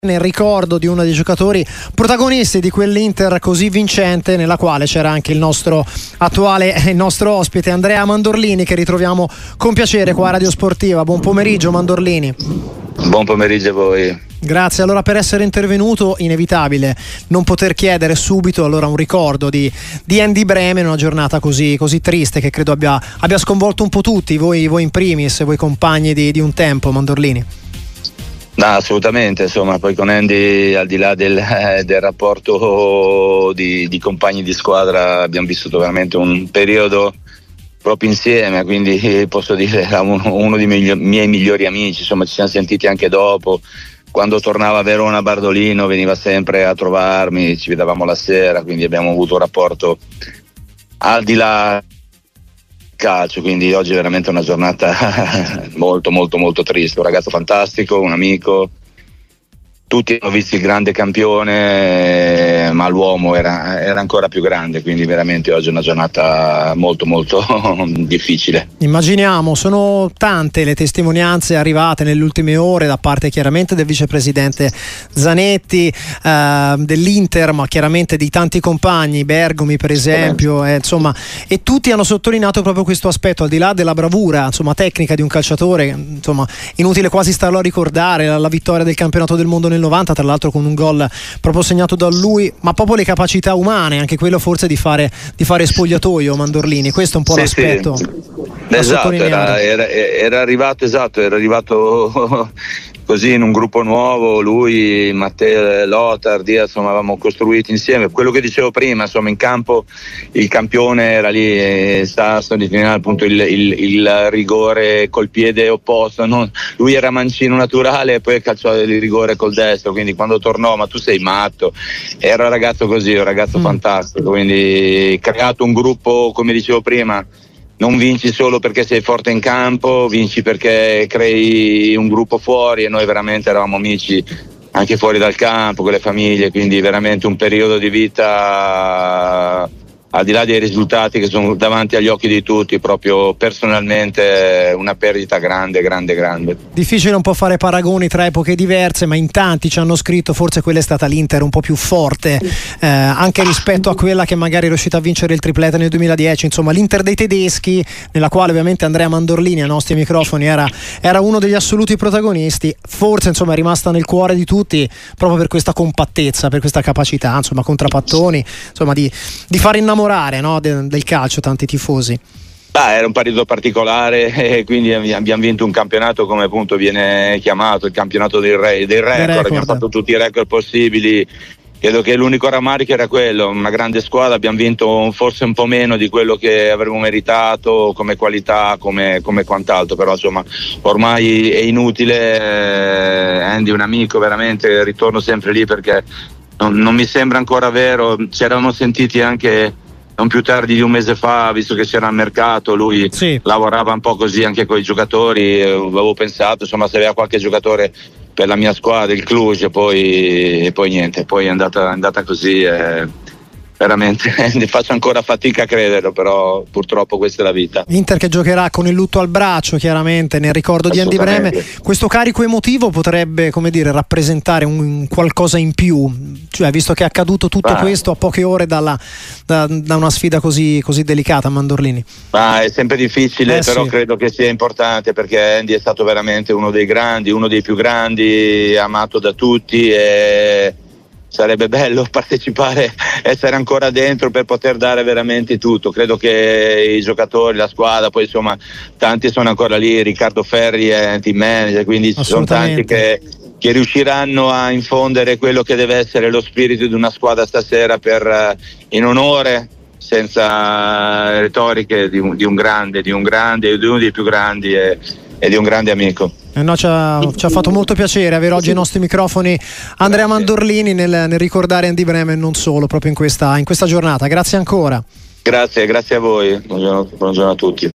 nel ricordo di uno dei giocatori protagonisti di quell'Inter così vincente, nella quale c'era anche il nostro ospite Andrea Mandorlini, che ritroviamo con piacere qua a Radio Sportiva. Buon pomeriggio Mandorlini. Buon pomeriggio a voi. Grazie allora per essere intervenuto. Inevitabile non poter chiedere subito allora un ricordo di Andy Bremen, una giornata così triste che credo abbia sconvolto un po' tutti, voi in primis, voi compagni di un tempo, Mandorlini. No, assolutamente, insomma, poi con Andy, al di là del rapporto di compagni di squadra, abbiamo vissuto veramente un periodo proprio insieme, quindi posso dire era uno dei miei migliori amici, insomma ci siamo sentiti anche dopo, quando tornava a Verona Bardolino veniva sempre a trovarmi, ci vedevamo la sera, quindi abbiamo avuto un rapporto al di là calcio, quindi oggi è veramente una giornata molto molto molto triste. Un ragazzo fantastico, un amico, tutti hanno visto il grande campione, ma l'uomo era ancora più grande, quindi veramente oggi è una giornata molto molto difficile. Immaginiamo, sono tante le testimonianze arrivate nelle ultime ore da parte chiaramente del vicepresidente Zanetti, dell'Inter, ma chiaramente di tanti compagni, Bergomi per esempio, insomma, e tutti hanno sottolineato proprio questo aspetto, al di là della bravura tecnica di un calciatore, insomma inutile quasi starlo a ricordare, la vittoria del campionato del mondo nel 90, tra l'altro con un gol proprio segnato da lui, ma proprio le capacità umane, anche quello forse di fare spogliatoio, Mandorlini, questo è un po' l'aspetto. Sì. Esatto, era arrivato così in un gruppo nuovo, lui, Matteo, Lothar, Diaz, insomma avevamo costruito insieme quello che dicevo prima, insomma in campo il campione era lì, sta di finire appunto il rigore col piede opposto, lui era mancino naturale e poi calciò il rigore col destro, quindi quando tornò, ma tu sei matto, era un ragazzo così, un ragazzo fantastico, quindi creato un gruppo, come dicevo prima, non vinci solo perché sei forte in campo, vinci perché crei un gruppo fuori, e noi veramente eravamo amici anche fuori dal campo, con le famiglie, quindi veramente un periodo di vita, al di là dei risultati che sono davanti agli occhi di tutti, proprio personalmente una perdita grande. Difficile un po' fare paragoni tra epoche diverse, ma in tanti ci hanno scritto forse quella è stata l'Inter un po' più forte, anche rispetto a quella che magari è riuscita a vincere il triplete nel 2010, insomma l'Inter dei tedeschi, nella quale ovviamente Andrea Mandorlini ai nostri microfoni era uno degli assoluti protagonisti, forse insomma è rimasta nel cuore di tutti proprio per questa compattezza, per questa capacità, insomma contrappattoni, insomma di far innamorare del calcio tanti tifosi. Era un periodo particolare e quindi abbiamo vinto un campionato come appunto viene chiamato il campionato dei record. Abbiamo fatto tutti i record possibili, credo che l'unico rammarico era quello, una grande squadra, abbiamo vinto forse un po' meno di quello che avremmo meritato come qualità, come quant'altro, però insomma ormai è inutile. Andy è un amico, veramente ritorno sempre lì perché non mi sembra ancora vero, ci eravamo sentiti anche non più tardi di un mese fa, visto che c'era il mercato, lui lavorava un po' così anche con i giocatori, avevo pensato insomma se aveva qualche giocatore per la mia squadra, il Cluj, e poi niente, poi è andata così, veramente faccio ancora fatica a crederlo, però purtroppo questa è la vita. Inter che giocherà con il lutto al braccio, chiaramente nel ricordo di Andy Bremen. Questo carico emotivo potrebbe, come dire, rappresentare un qualcosa in più, cioè visto che è accaduto tutto questo a poche ore da una sfida così delicata, Mandorlini. È sempre difficile, però credo che sia importante, perché Andy è stato veramente uno dei grandi, uno dei più grandi, amato da tutti, e sarebbe bello partecipare, essere ancora dentro per poter dare veramente tutto. Credo che i giocatori, la squadra, poi insomma tanti sono ancora lì, Riccardo Ferri è team manager, quindi ci sono tanti che riusciranno a infondere quello che deve essere lo spirito di una squadra stasera, in onore, senza retoriche, di un grande, di uno dei più grandi e di un grande amico. Ci ha fatto molto piacere avere oggi ai nostri microfoni Andrea Mandorlini nel ricordare Andy Bremen, non solo, proprio in questa giornata. Grazie ancora. Grazie a voi, buongiorno a tutti.